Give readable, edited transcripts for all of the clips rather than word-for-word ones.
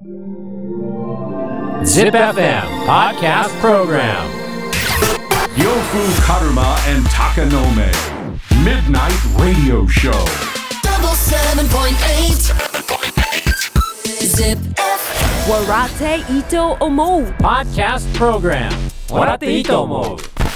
Zip FM Podcast Program Yofu Karuma and Takanome Midnight Radio Show. Double 7.8 Zip Warate Ito Omo Podcast Program 笑っていいと思う。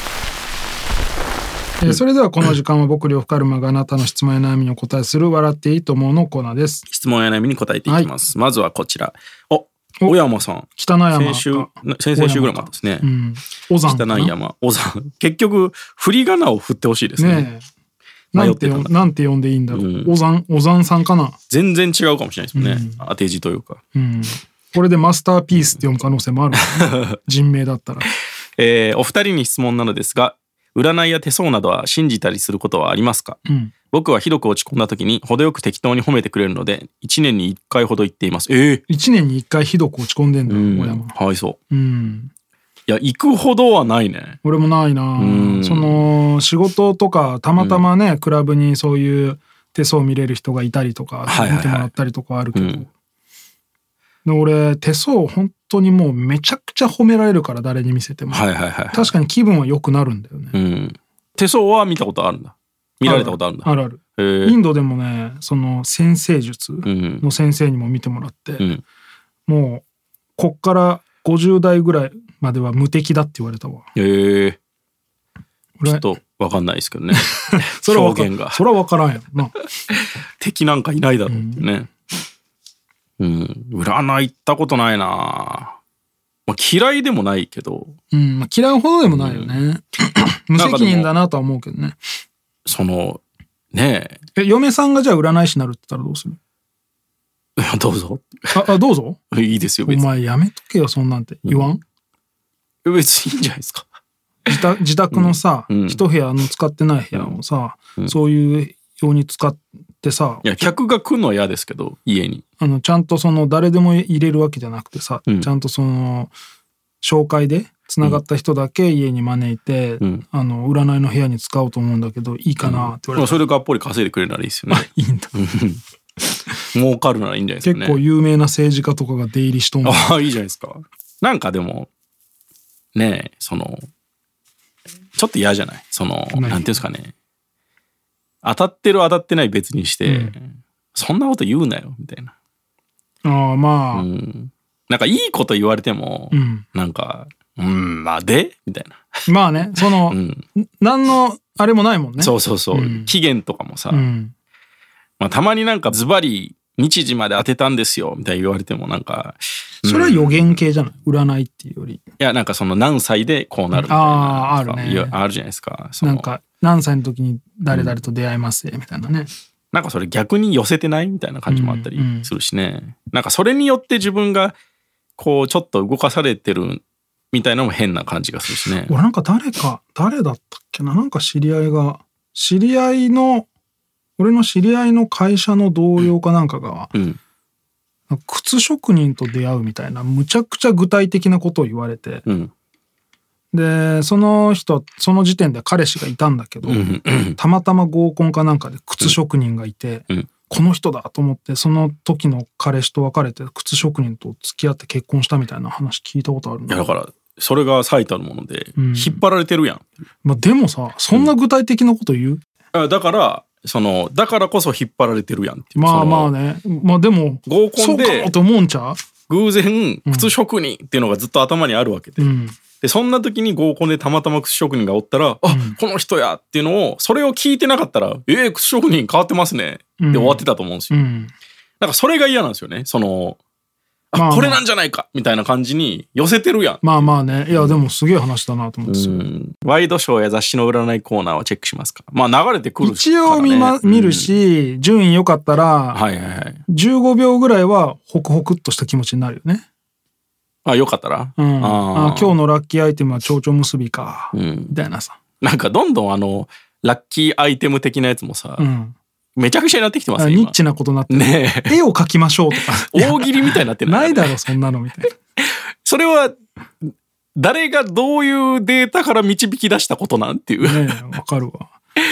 それではこの時間は僕呂布カルマがあなたの質問や悩みにお答えする笑っていいと思うのコーナーです。 質問や悩みに答えていきます、まずはこちら。小山さん、 北野山先々週ぐらいもあったですね、 小山北野山小山結局振り仮名を振ってほしいですね。 なんて呼んでいいんだろう、小山さんかな。 全然違うかもしれないですもんね、当て字というか、 これでマスターピースって読む可能性もある人名だったらお二人に質問なのですが、占いや手相などは信じたりすることはありますか？僕はひどく落ち込んだ時に程よく適当に褒めてくれるので1年に1回ほど言っています。1 年に1回ひどく落ち込んでんだよ、小山。 はいそう、いや行くほどはないね。 俺もないな。その仕事とかたまたまね、クラブにそういう手相見れる人がいたりとか、見てもらったりとかあるけど、で俺手相本当にもうめちゃくちゃ褒められるから、誰に見せても、確かに気分は良くなるんだよね、 手相は見たことあるんだ。見られたことあるんだ。 ある。インドでもね、その先生術の先生にも見てもらって、もうこっから50代ぐらいまでは無敵だって言われたわ。 ちょっと分かんないですけどねそれは表現がそれは分からんやろな敵なんかいないだろうってね。占い行ったことないな。嫌いでもないけど、 嫌いほどでもないよね、無責任だなとは思うけどね。 そのね嫁さんがじゃあ占い師になるって言ったらどうする？ どうぞどうぞいいですよ別に。 お前やめとけよそんなんて言わん？ 別にいいんじゃないですか。 自宅のさ、一部屋の使ってない部屋をさ、そういうように使ってさ、 いや客が来るのは嫌ですけど、家にちゃんとその誰でも入れるわけじゃなくてさ、ちゃんとその紹介でつながった人だけ家に招いて、占いの部屋に使おうと思うんだけどいいかなって言われて、 それでがっぽり稼いでくれるならいいですよね。 いいんだ儲かるならいいんじゃないですかね。 結構有名な政治家とかが出入りしとんの。 いいじゃないですか。なんかでもねえ、そのちょっと嫌じゃない？そのなんていうんですかね、当たってる当たってない別にして、そんなこと言うなよみたいな。なんかいいこと言われても、なんかまあでみたいな。 まあね、その、何のあれもないもんね。 そう、期限とかもさ、たまになんかズバリ日時まで当てたんですよみたいに言われてもなんか、 それは予言系じゃない？占いっていうより。いやなんかその何歳でこうなるみたいな、 あるね。 あるじゃないですか。 なんか何歳の時に誰々と出会いますみたいなね。 なんかそれ逆に寄せてないみたいな感じもあったりするしね。なんかそれによって自分がこうちょっと動かされてるみたいなのも変な感じがするしね。 俺なんか誰だったっけな、なんか俺の知り合いの会社の同僚かなんかが、靴職人と出会うみたいなむちゃくちゃ具体的なことを言われて、でその人その時点で彼氏がいたんだけど、たまたま合コンかなんかで靴職人がいて、この人だと思ってその時の彼氏と別れて靴職人と付き合って結婚したみたいな話聞いたことあるんだ。 いやだからそれが最たるもので、引っ張られてるやん。 でもさ、そんな具体的なこと言う？ だからこそ引っ張られてるやんっていう。 まあね、でも合コンでそうかと思うんちゃう？ 偶然靴職人っていうのがずっと頭にあるわけで、でそんな時に合コンでたまたま靴職人がおったら、この人やっていうのを、それを聞いてなかったら靴職人変わってますねで終わってたと思うんですよ。なんかそれが嫌なんですよね。そのこれなんじゃないかみたいな感じに寄せてるやん。 まあね、いやでもすげえ話だなと思って。 ワイドショーや雑誌の占いコーナーはチェックしますか？流れてくるからね。 一応見るし、順位良かったら15秒ぐらいはホクホクっとした気持ちになるよね。 良かったら、 今日のラッキーアイテムは蝶々結びか、みたいなさ。 なんかどんどんラッキーアイテム的なやつもさ、めちゃくちゃになってきてますね。 ニッチなことになってね。絵を描きましょうとか大喜利みたいになってる。 ないだろそんなのみたいな。 それは誰がどういうデータから導き出したことなんていう。 わかるわ。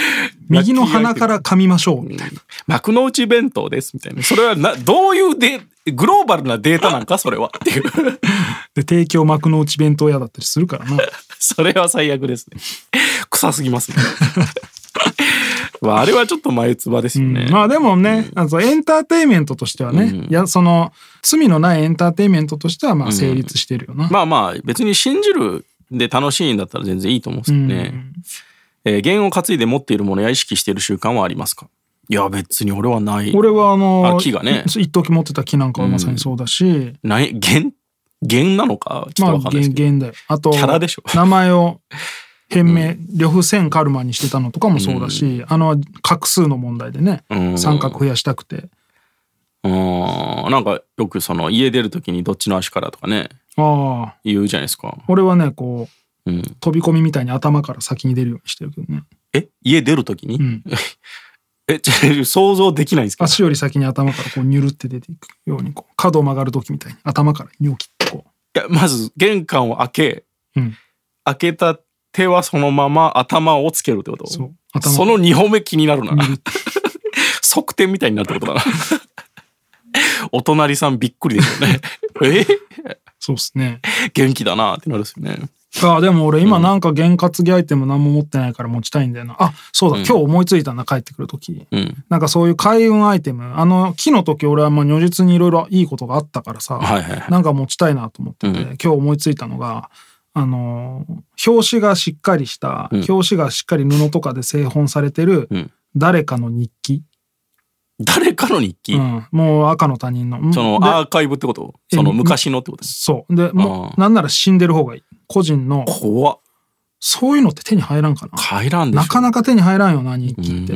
右の鼻から噛みましょうみたいな。 幕の内弁当ですみたいな。それはどういうグローバルなデータなんかそれはっていう。 で提供幕の内弁当屋だったりするからな。 それは最悪ですね。臭すぎますね。あれはちょっと眉唾ですよね。 まあでもね、エンターテインメントとしてはね、いやその罪のないエンターテインメントとしてはまあ成立してるよな。 まあまあ別に信じるで楽しいんだったら全然いいと思うんですけどね。弦を担いで持っているものや意識している習慣はありますか？いや別に俺はない。 俺は木がね、 一時持ってた木なんかはまさにそうだし、 弦なのかちょっとわかんないですけど、 弦だよ。あとキャラでしょ。 名前を変名呂布千カルマにしてたのとかもそうだし、画数の問題でね、三角増やしたくて、 なんかよくその家出る時にどっちの足からとかね言うじゃないですか。 俺はねこう、飛び込みみたいに頭から先に出るようにしてるけどね。 家出る時に、想像できないんですけど、 足より先に頭からこうニュルって出ていくように、こう角を曲がる時みたいに頭からニョキってこう。 いやまず玄関を開けた手はそのまま頭をつけるってこと。その2歩目気になるな。側転みたいになるってことだな。お隣さんびっくりですよね。 そうっすね。 元気だなってなるですよね。 でも俺今なんか験担ぎアイテム何も持ってないから持ちたいんだよな。そうだ、今日思いついたんだ、帰ってくる時、なんかそういう開運アイテム、木の時俺はまあ如実にいろいろいいことがあったからさ、なんか持ちたいなと思ってて、今日思いついたのが表紙がしっかりした、表紙がしっかり布とかで製本されてる誰かの日記。 誰かの日記、 もう赤の他人のそのアーカイブってこと？その昔のってこと？ そうで、もうなんなら死んでる方がいい、個人の。 怖っ。 そういうのって手に入らんかな。 入らんでしょ。 なかなか手に入らんよな、日記って。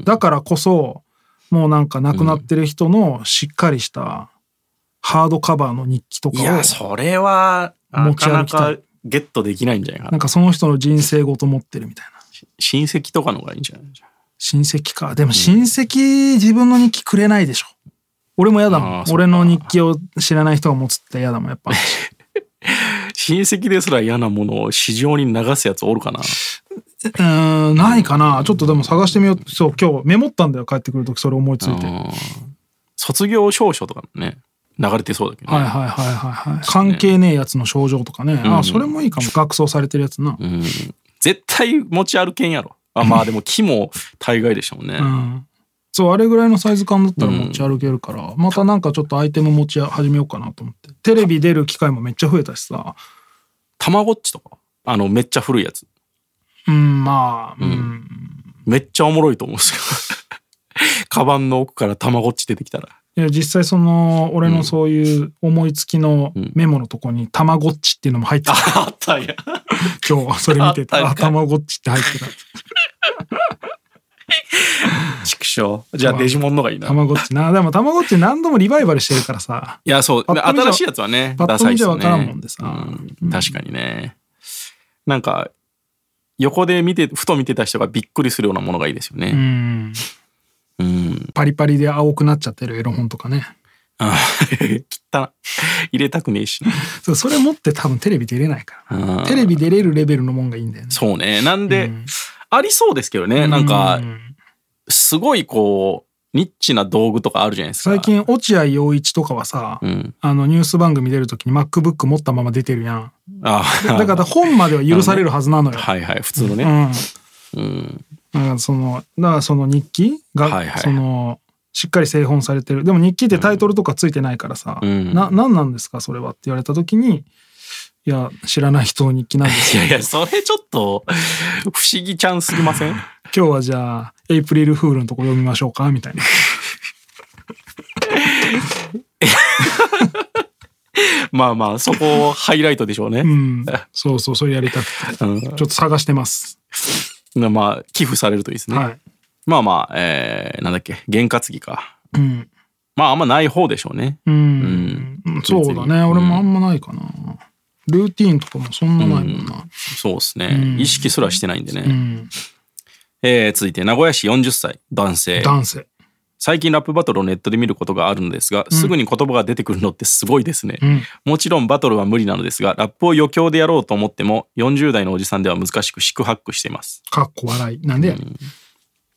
だからこそもうなんか亡くなってる人のしっかりしたハードカバーの日記とかを、いやそれはなかなかゲットできないんじゃないかな。 なんかその人の人生ごと持ってるみたいな。 親戚とかの方がいいんじゃない？ 親戚か。でも親戚、自分の日記くれないでしょ。俺も嫌だもん。俺の日記を知らない人が持つって嫌だもんやっぱ。 親戚ですら嫌なものを市場に流すやつおるかな。 ないかな。ちょっとでも探してみよう。そう今日メモったんだよ、帰ってくる時それ思いついて。 卒業証書とかね流れてそうだけどね。 関係ねえやつの症状とかね。それもいいかも。額装されてるやつな。 絶対持ち歩けんやろ。まあでも木も大概でしょうね。 そうあれぐらいのサイズ感だったら持ち歩けるから、またなんかちょっとアイテム持ち始めようかなと思って。テレビ出る機会もめっちゃ増えたしさ。 たまごっちとかめっちゃ古いやつ。めっちゃおもろいと思うんですよ。カバンの奥からたまごっち出てきたら。 いや実際その俺のそういう思いつきのメモのとこにたまごっちっていうのも入ってた。 あったんや。 今日それ見てた。たまごっちって入ってた。 畜生。じゃあデジモンのがいいな。 たまごっちな。でもたまごっち何度もリバイバルしてるからさ。 いやそう新しいやつはねダサいっすよね。パッと見じゃ分からんもんでさ。 確かにね。なんか横でふと見てた人がびっくりするようなものがいいですよね。 パリパリで青くなっちゃってるエロ本とかね。 切ったな。入れたくねえし、ね、 それ持って多分テレビ出れないから。テレビ出れるレベルのもんがいいんだよね。 そうね。なんで、ありそうですけどね。なんかすごいこうニッチな道具とかあるじゃないですか。 最近落合陽一とかはさ、ニュース番組出るときに MacBook 持ったまま出てるやん。だから本までは許されるはずなのよ。 普通のね。 だからその日記がそのしっかり製本されてる。でも日記ってタイトルとかついてないからさ、何なんですかそれはって言われた時に、いや知らない人の日記なんですよ。 いやそれちょっと不思議ちゃんすぎません？ 今日はじゃあエイプリルフールのとこ読みましょうかみたいな。 まあまあそこをハイライトでしょうね。 そうそれやりたくて、ちょっと探してます。 まあ寄付されるといいですね。まあまあ、なんだっけ験担ぎか。まああんまない方でしょうね。 そうだね。俺もあんまないかな。ルーティーンとかもそんなないもんな。 そうですね。意識すらしてないんでね。続いて名古屋市40歳男性。最近ラップバトルをネットで見ることがあるのですが、すぐに言葉が出てくるのってすごいですね。もちろんバトルは無理なのですが、ラップを余興でやろうと思っても40代のおじさんでは難しく四苦八苦しています。 かっこ笑い。なんでやねん。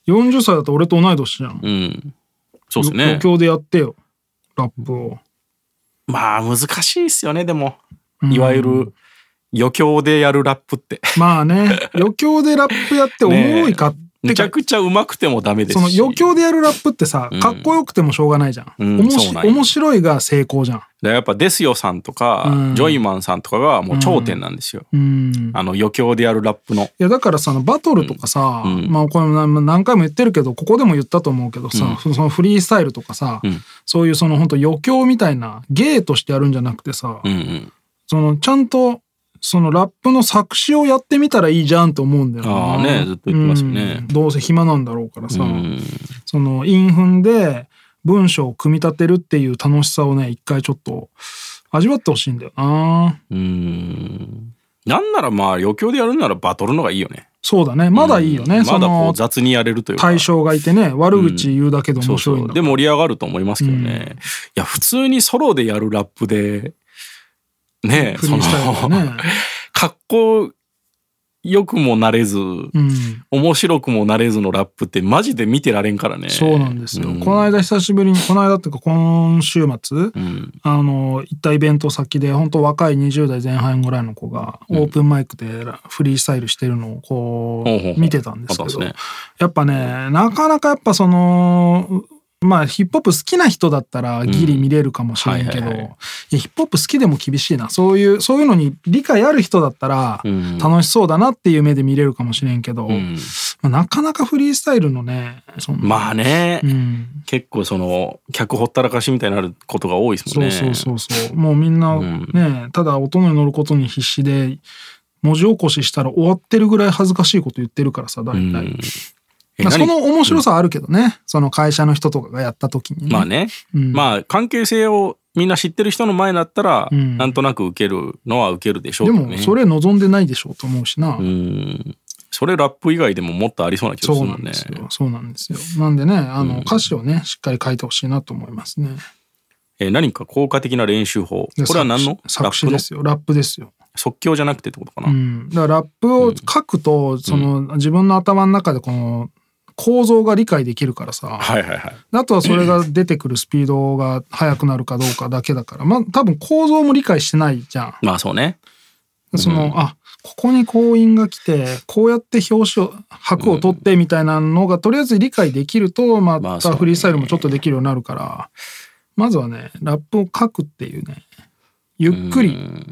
40歳だと俺と同い年じゃん。 うん。そうですね。 余興でやってよ、ラップを。 まあ難しいっすよね、でも。いわゆる余興でやるラップって。 まあね、余興でラップやっておもろいかって。 めちゃくちゃ上手くてもダメですし。 その余興でやるラップってさ、かっこよくてもしょうがないじゃん。面白いが成功じゃん。 やっぱデスヨさんとか、ジョイマンさんとかがもう頂点なんですよ。余興でやるラップの。いやだからさ、バトルとかさ、まあこれ何回も言ってるけど、ここでも言ったと思うけどさ、そのフリースタイルとかさ、そういうその本当余興みたいな芸としてやるんじゃなくてさ、そのちゃんとそのラップの作詞をやってみたらいいじゃんと思うんだよな。 ああね、ずっと言ってますよね。 どうせ暇なんだろうからさ、その韻踏んで文章を組み立てるっていう楽しさをね、一回ちょっと味わってほしいんだよな。 なんならまあ余興でやるならバトルのがいいよね。 そうだね、まだいいよね。 まだこう雑にやれるというか、 対象がいてね、悪口言うだけで面白いんだ。 で盛り上がると思いますけどね。いや普通にソロでやるラップでね、 フリースタイルね、 かっこよくもなれず、面白くもなれずのラップってマジで見てられんからね。 そうなんですよ。この間久しぶりに、この間っていうか今週末、行ったイベント先で本当若い20代前半ぐらいの子がオープンマイクでフリースタイルしてるのをこう見てたんですけど、やっぱね、なかなかやっぱそのまあヒップホップ好きな人だったらギリ見れるかもしれんけど、ヒップホップ好きでも厳しいな。そういうのに理解ある人だったら楽しそうだなっていう目で見れるかもしれんけど、なかなかフリースタイルのね、 まあね、結構その客ほったらかしみたいになることが多いですもんね。 そうもうみんなね、ただ音に乗ることに必死で文字起こししたら終わってるぐらい恥ずかしいこと言ってるからさ、大体。その面白さはあるけどね、その会社の人とかがやった時にね。 まあね、まあ関係性をみんな知ってる人の前だったら、なんとなく受けるのは受けるでしょうけどね。 でもそれ望んでないでしょうと思うしな。 それラップ以外でももっとありそうな気がするもんね。 そうなんですよ。なんでね、歌詞をねしっかり書いてほしいなと思いますね。 何か効果的な練習法。これは何の？ 作詞ですよ。ラップですよ。 即興じゃなくてってことかな。 だからラップを書くと、その自分の頭の中でこの構造が理解できるからさ、あとはそれが出てくるスピードが速くなるかどうかだけだから、まあ多分構造も理解してないじゃん。 まあそうね。 そのここにこう韻が来てこうやって拍を取ってみたいなのがとりあえず理解できると、またフリースタイルもちょっとできるようになるから、まずはねラップを書くっていうね、ゆっく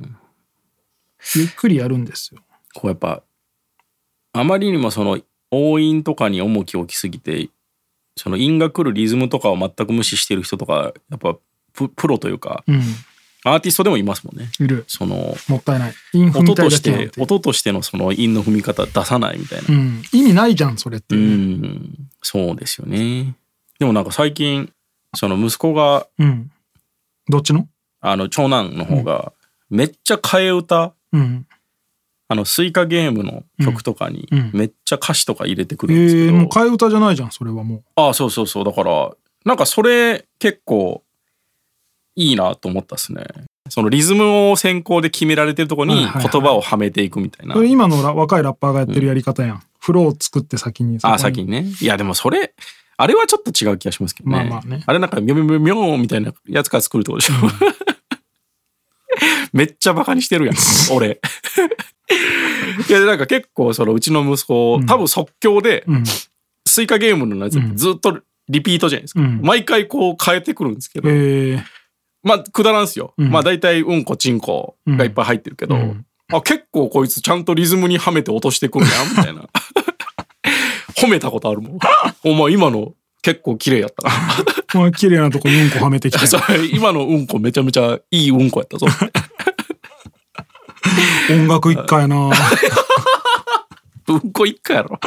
りやるんですよ。 こうやっぱあまりにもその応韻とかに重きを置きすぎて、その韻が来るリズムとかを全く無視してる人とかやっぱプロというか、アーティストでもいますもんね。 いる。 そのもったいない。 音としてのその韻の踏み方出さないみたいな、 意味ないじゃんそれって、 そうですよね。でもなんか最近その息子が、 どっちの？ 長男の方がめっちゃ替え歌、スイカゲームの曲とかにめっちゃ歌詞とか入れてくるんですけど、 もう替え歌じゃないじゃんそれはもう。 そうだからなんかそれ結構いいなと思ったっすね。そのリズムを先行で決められてるとこに言葉をはめていくみたいな。 それ今の若いラッパーがやってるやり方やん。フローを作って先に。 先にね。いやでもあれはちょっと違う気がしますけどね。あれなんかミョミョミョみたいなやつから作るってことでしょ。めっちゃバカにしてるやん俺。いやなんか結構そのうちの息子、多分即興で、スイカゲームのやつずっとリピートじゃないですか、毎回こう変えてくるんですけど、まあくだらんすよ、まあ大体うんこちんこがいっぱい入ってるけど、結構こいつちゃんとリズムにはめて落としてくんやみたいな。褒めたことあるもん。お前今の結構綺麗やったな。 お前綺麗なとこにうんこはめてきて。 今のうんこめちゃめちゃいいうんこやったぞ。 音楽一回やな。 うんこ一回やろ。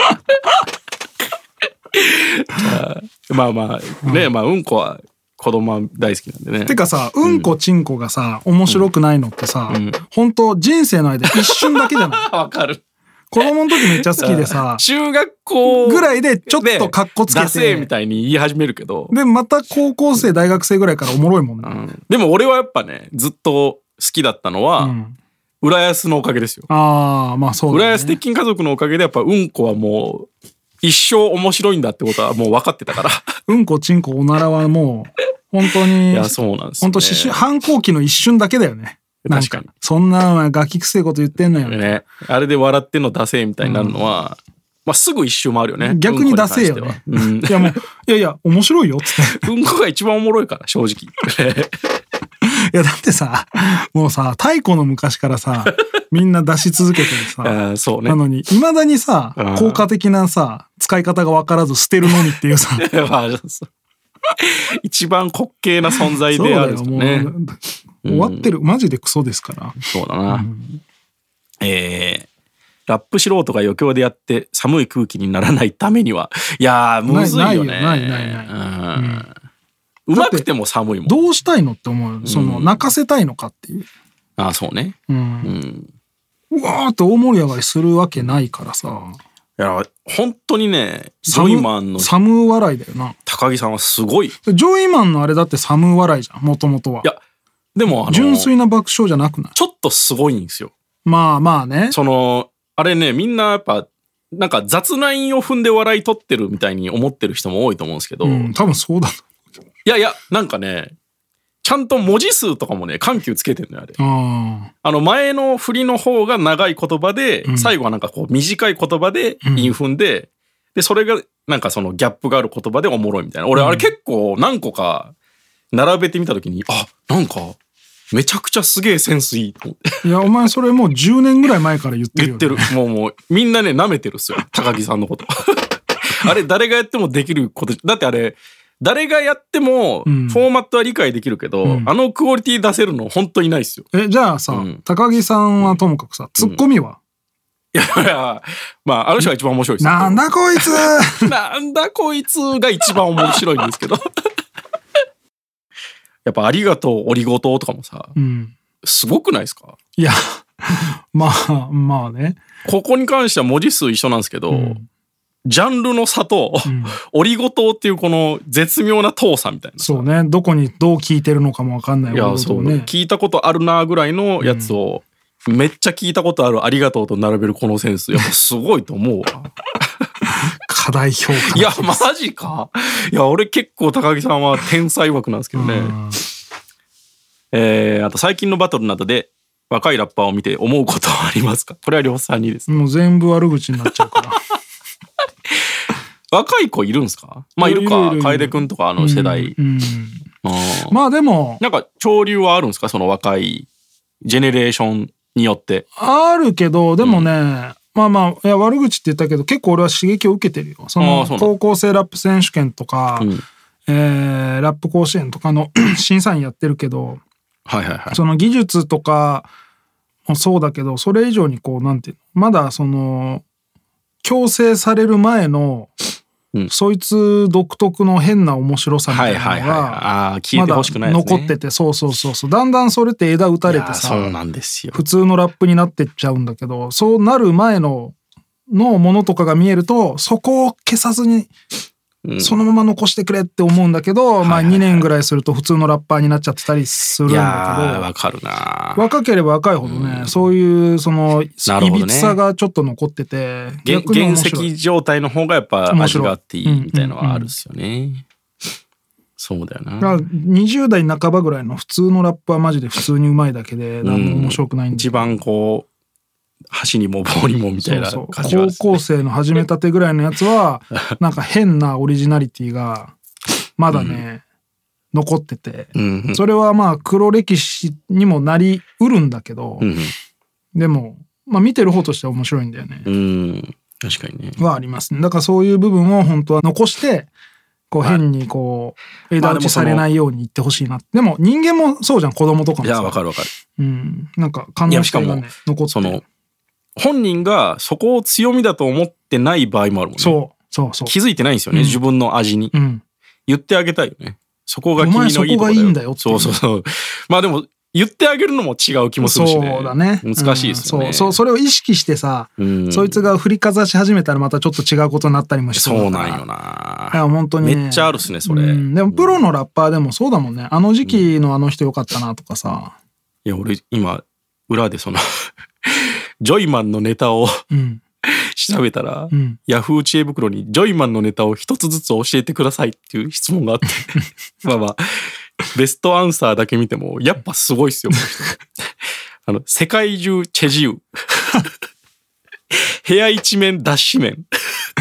まあね、まあうんこは子供は大好きなんでね。 てかさ、うんこちんこがさ面白くないのってさ、本当人生の間一瞬だけじゃない？ わかる。 子供の時めっちゃ好きでさ、 中学校ぐらいでちょっとカッコつけて、 ダセーみたいに言い始めるけど、 でまた高校生大学生ぐらいからおもろいもんね、 でも俺はやっぱねずっと好きだったのは、浦安のおかげですよ。 まあそうだね。 浦安鉄筋家族のおかげでやっぱうんこはもう一生面白いんだってことはもう分かってたから。 うんこちんこおならはもう本当に、 いやそうなんですよね。 本当反抗期の一瞬だけだよね。 確かに。 そんなガキくせえこと言ってんのよね。あれで笑ってんのダセーみたいになるのは、まあすぐ一周回るよね。 逆にダセえよね。いやもういや面白いよっつって。 うんこが一番おもろいから正直。 いやだってさ、もうさ太古の昔からさみんな出し続けてるさ、 そうね。 なのにいまだにさ効果的なさ使い方が分からず捨てるのみっていうさ一番滑稽な存在であるんですよね。 終わってる、マジでクソですから。 そうだな。ラップ素人が余興でやって寒い空気にならないためには、いやーむずいよね。 ない。 うまくても寒いもん。 どうしたいのって思う。その泣かせたいのかっていう。 ああそうね。 うわーって大盛り上がりするわけないからさ。 いや本当にね、ジョイマンのサム笑いだよな。 高木さんはすごい。 ジョイマンのあれだってサム笑いじゃん、もともとは。 いやでも純粋な爆笑じゃなくない？ ちょっとすごいんですよ。 まあね。 そのあれね、みんなやっぱなんか雑な韻を踏んで笑い取ってるみたいに思ってる人も多いと思うんですけど、 多分そうだ。 いやなんかね、ちゃんと文字数とかもね緩急つけてるのよあれ。前の振りの方が長い言葉で、最後はなんかこう短い言葉で韻踏んで、でそれがなんかそのギャップがある言葉でおもろいみたいな。俺あれ結構何個か並べてみた時に、なんかめちゃくちゃすげえセンスいいと思って。 いやお前それもう10年ぐらい前から言ってるよね。 言ってる。もうみんなね舐めてるっすよ高木さんのこと。あれ誰がやってもできることだって、あれ誰がやってもフォーマットは理解できるけど、あのクオリティ出せるの本当にないっすよ。 じゃあさ、高木さんはともかくさ、ツッコミは、 いやまああの人が一番面白いですよ。 なんだこいつなんだこいつが一番面白いんですけど。やっぱありがとうオリゴ糖とかもさ、すごくないですか？ いやまあね。 ここに関しては文字数一緒なんですけど、ジャンルの差と、オリゴ糖っていうこの絶妙な遠さみたいな。 そうね。どこにどう聞いてるのかも分かんない。 いやそうね。聞いたことあるなぐらいのやつを、めっちゃ聞いたことあるありがとうと並べるこのセンス、やっぱすごいと思うわ。 過大評価。 いやマジか。いや俺結構高木さんは天才枠なんですけどね。あと最近のバトルなどで若いラッパーを見て思うことはありますか？これは両さんにです。 もう全部悪口になっちゃうから。 若い子いるんすか？まあいるか。楓くんとか世代。 まあでもなんか潮流はあるんですか？その若いジェネレーションによって。 あるけどでもね、いや悪口って言ったけど結構俺は刺激を受けてるよ。その高校生ラップ選手権とか、ラップ甲子園とかの審査員やってるけど、その技術とかもそうだけど、それ以上にこうなんていうの、まだその強制される前の、そいつ独特の変な面白さみたいなのがまだ残ってて、そうだんだんそれって枝打たれてさ、 そうなんですよ。 普通のラップになってっちゃうんだけど、そうなる前のものとかが見えると、そこを消さずにそのまま残してくれって思うんだけど、まあ2年ぐらいすると普通のラッパーになっちゃってたりするんだけど、 わかるな。 若ければ若いほどね、そういうそのいびつさがちょっと残ってて、 逆に原石状態の方がやっぱ味があっていいみたいなのはあるっすよね。そうだよな。 20代半ばぐらいの普通のラップはマジで普通にうまいだけで何も面白くないんで、 一番こう箸にも棒にもみたいな感じは、 高校生の始めたてぐらいのやつはなんか変なオリジナリティがまだね、残ってて、それはまあ黒歴史にもなりうるんだけど、でもまあ見てる方としては面白いんだよね。 確かにね。 はありますね。だからそういう部分を本当は残してこう変にこう枝打ちされないように言ってほしいな。でも人間もそうじゃん、子供とかもさ。 いやわかる。 なんか可能性がね残ってる。 本人がそこを強みだと思ってない場合もあるもんね。そう気づいてないんですよね、自分の味に。言ってあげたいよね。そこが君のいいところだよ。お前そこがいいんだよって。そうまあでも言ってあげるのも違う気もするしね。そうだね。難しいですよね。それを意識してさ、そいつが振りかざし始めたらまたちょっと違うことになったりもして。そうなんよな。いや本当に、めっちゃあるっすねそれ。でもプロのラッパーでもそうだもんね。あの時期のあの人よかったなとかさ。いや俺今裏でそのジョイマンのネタを調べたら、ヤフー知恵袋にジョイマンのネタを一つずつ教えてくださいっていう質問があってまあまあベストアンサーだけ見てもやっぱすごいっすよこの人世界中チェジウ部屋一面脱脂麺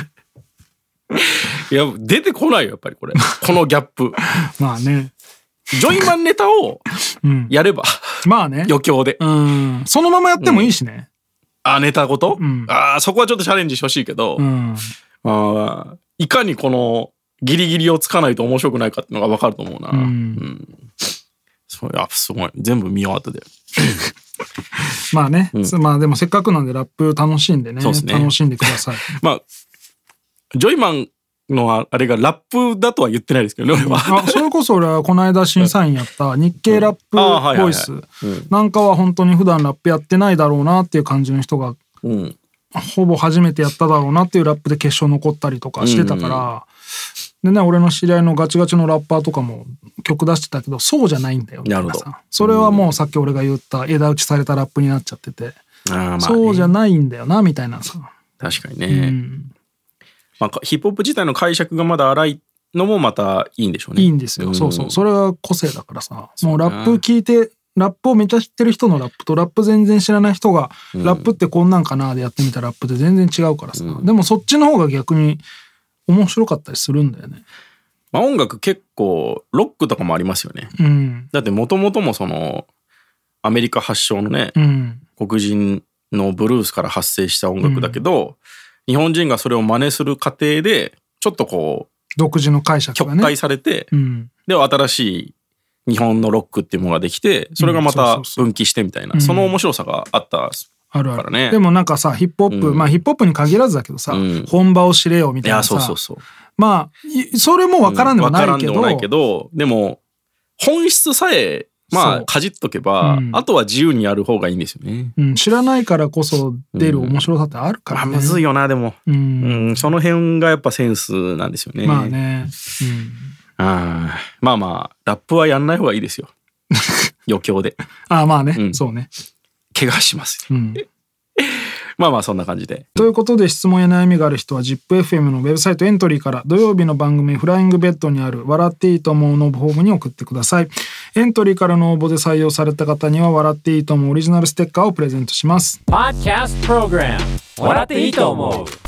いや出てこないよやっぱりこのギャップまあねジョイマンネタをやれば、 まあね余興でそのままやってもいいしね、 ネタごと、そこはちょっとチャレンジしてほしいけど、いかにこのギリギリをつかないと面白くないかっていうのが分かると思うな。そうやすごい全部見終わったで。 まあね、まあでもせっかくなんでラップ楽しんでね、楽しんでください。 まあジョイマンのあれがラップだとは言ってないですけどね俺は。 それこそ俺はこの間審査員やった日系ラップボイスなんかは本当に普段ラップやってないだろうなっていう感じの人が、ほぼ初めてやっただろうなっていうラップで決勝残ったりとかしてたから、でね俺の知り合いのガチガチのラッパーとかも曲出してたけどそうじゃないんだよみたいなさ、それはもうさっき俺が言った枝打ちされたラップになっちゃってて、そうじゃないんだよなみたいなさ。 確かにね、まあ、ヒップホップ自体の解釈がまだ荒いのもまたいいんでしょうね。 いいんですよ、そうそう、それは個性だからさ、もうラップ聞いてラップをめっちゃ知ってる人のラップとラップ全然知らない人が、ラップってこんなんかなでやってみたラップって全然違うからさ、でもそっちの方が逆に面白かったりするんだよね。 まあ、音楽結構ロックとかもありますよね、だってもともともそのアメリカ発祥のね、黒人のブルースから発生した音楽だけど、日本人がそれを真似する過程でちょっとこう独自の解釈がね曲解されて、で新しい日本のロックっていうものができて、それがまた分岐してみたいな、その面白さがあったからね。 でもなんかさヒップホップ、まあヒップホップに限らずだけどさ、本場を知れよみたいなさ、まあそれも分からんでもないけど、 でも本質さえまあかじっとけば、あとは自由にやる方がいいんですよね、 知らないからこそ出る面白さってあるからね、 むずいよなでも、その辺がやっぱセンスなんですよね。 まあね、 まあまあラップはやんない方がいいですよ余興で。 まあね、そうね、 怪我しますよ、まあまあそんな感じで。 ということで質問や悩みがある人は ZIPFM のウェブサイトエントリーから土曜日の番組フライングベッドにある笑っていいと思うのフォームに送ってください。エントリーからの応募で採用された方には笑っていいと思うオリジナルステッカーをプレゼントします。 Podcast Program 笑っていいと思う。